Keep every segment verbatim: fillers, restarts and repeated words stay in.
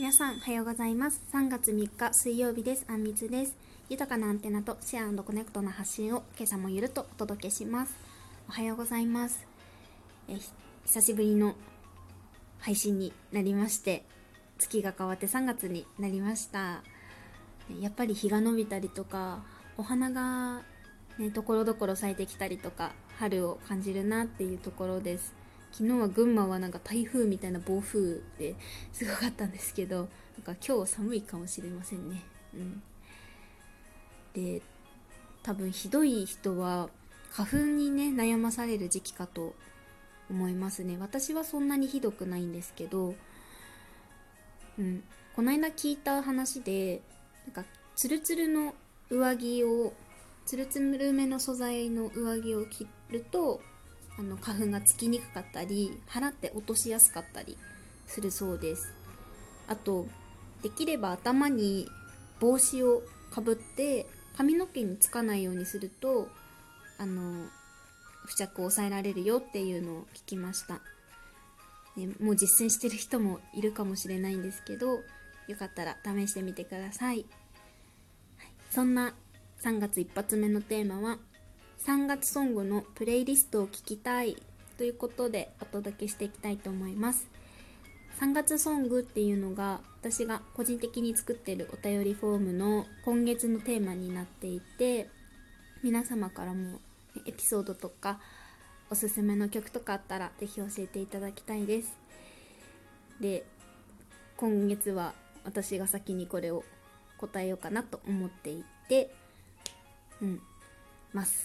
皆さんおはようございます。さんがつみっか水曜日です。あんみつです。豊かなアンテナとシェア&コネクトな発信を今朝もゆるっとお届けします。おはようございます。え久しぶりの配信になりまして、月が変わってさんがつになりました。やっぱり日が伸びたりとか、お花がね、ところどころ咲いてきたりとか、春を感じるなっていうところです。昨日は群馬はなんか台風みたいな暴風ですごかったんですけど、なんか今日寒いかもしれませんね。うん、で、多分ひどい人は花粉にね悩まされる時期かと思いますね。私はそんなにひどくないんですけど、うん、この間聞いた話で、なんかツルツルの上着をツルツルめの素材の上着を着ると、あの花粉がつきにくかったり払って落としやすかったりするそうです。あと、できれば頭に帽子をかぶって髪の毛につかないようにすると、あの付着を抑えられるよっていうのを聞きました。ね、もう実践してる人もいるかもしれないんですけど、よかったら試してみてください。はい、そんなさんがつ一発目のテーマは、さんがつソングのプレイリストを聞きたいということでお届けしていきたいと思います。さんがつソングっていうのが私が個人的に作っているお便りフォームの今月のテーマになっていて、皆様からもエピソードとかおすすめの曲とかあったらぜひ教えていただきたいです。で、今月は私が先にこれを答えようかなと思っていて、うんます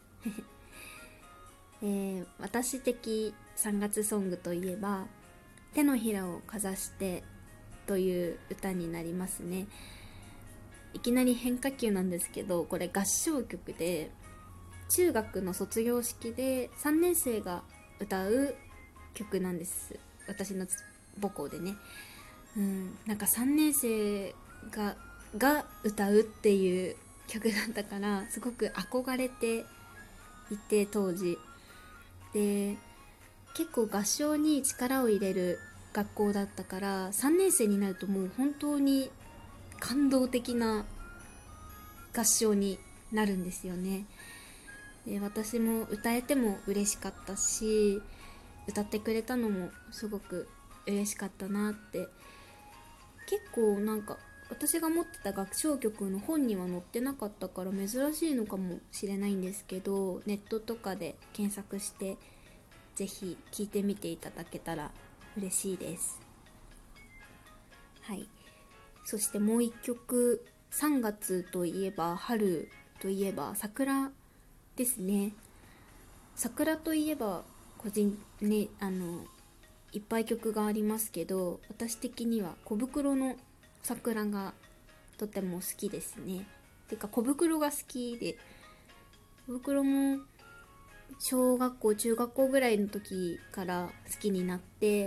えー、私的さんがつソングといえば、手のひらをかざしてという歌になりますね。いきなり変化球なんですけど、これ合唱曲で、中学の卒業式でさんねん生が歌う曲なんです。私の母校でね、うん、なんかさんねん生がが歌うっていう曲だったから、すごく憧れていて、当時で結構合唱に力を入れる学校だったから、さんねん生になるともう本当に感動的な合唱になるんですよね。で、私も歌えても嬉しかったし、歌ってくれたのもすごく嬉しかったなって。結構なんか私が持ってた合唱曲の本には載ってなかったから珍しいのかもしれないんですけど、ネットとかで検索してぜひ聴いてみていただけたら嬉しいです。はい。そしてもう一曲、さんがつといえば春といえば桜ですね。桜といえば個人ね、あのいっぱい曲がありますけど、私的には小袋の桜がとても好きですね。てか小袋が好きで、小袋も小学校中学校ぐらいの時から好きになって、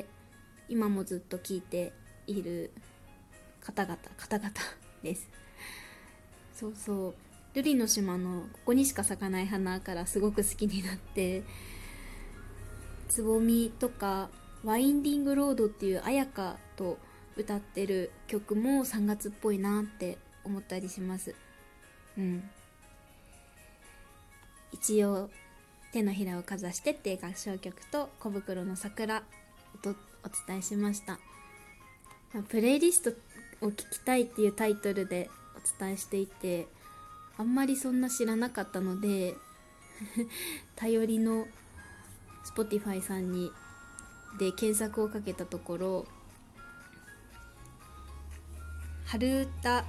今もずっと聴いている方々方々です。そうそう、瑠璃の島のここにしか咲かない花からすごく好きになって、つぼみとかワインディングロードっていう綾香と歌ってる曲もさんがつっぽいなって思ったりします。うん、一応手のひらをかざしてっていう合唱曲と小袋の桜とお伝えしました。プレイリストを聞きたいっていうタイトルでお伝えしていて、あんまりそんな知らなかったので頼りの Spotify さんにで検索をかけたところ、春歌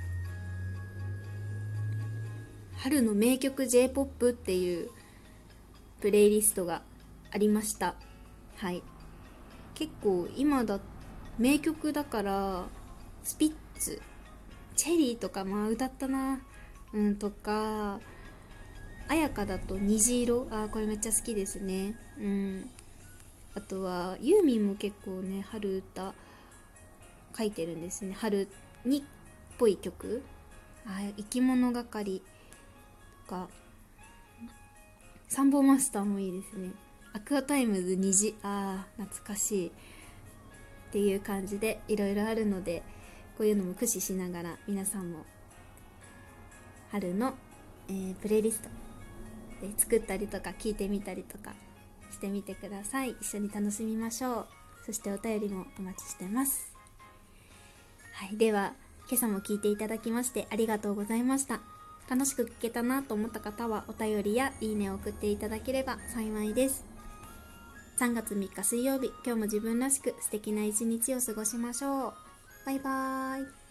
春の名曲 J-ポップ っていうプレイリストがありました。はい。結構今だ名曲だから、スピッツ、チェリーとかまあ歌ったな、うんとか、綾香だと虹色、あーこれめっちゃ好きですね。うん。あとはユーミンも結構ね春歌書いてるんですね。春にっぽい曲、あ、生き物係とか、サンボマスターもいいですね。アクアタイムズ虹、あー懐かしい。 っていう感じでいろいろあるので、こういうのも駆使しながら皆さんも春の、えー、プレイリストで作ったりとか聞いてみたりとかしてみてください。一緒に楽しみましょう。そしてお便りもお待ちしてます。はい、では今朝も聞いていただきましてありがとうございました。楽しく聞けたなと思った方はお便りやいいねを送っていただければ幸いです。さんがつみっか水曜日、今日も自分らしく素敵な一日を過ごしましょう。バイバーイ。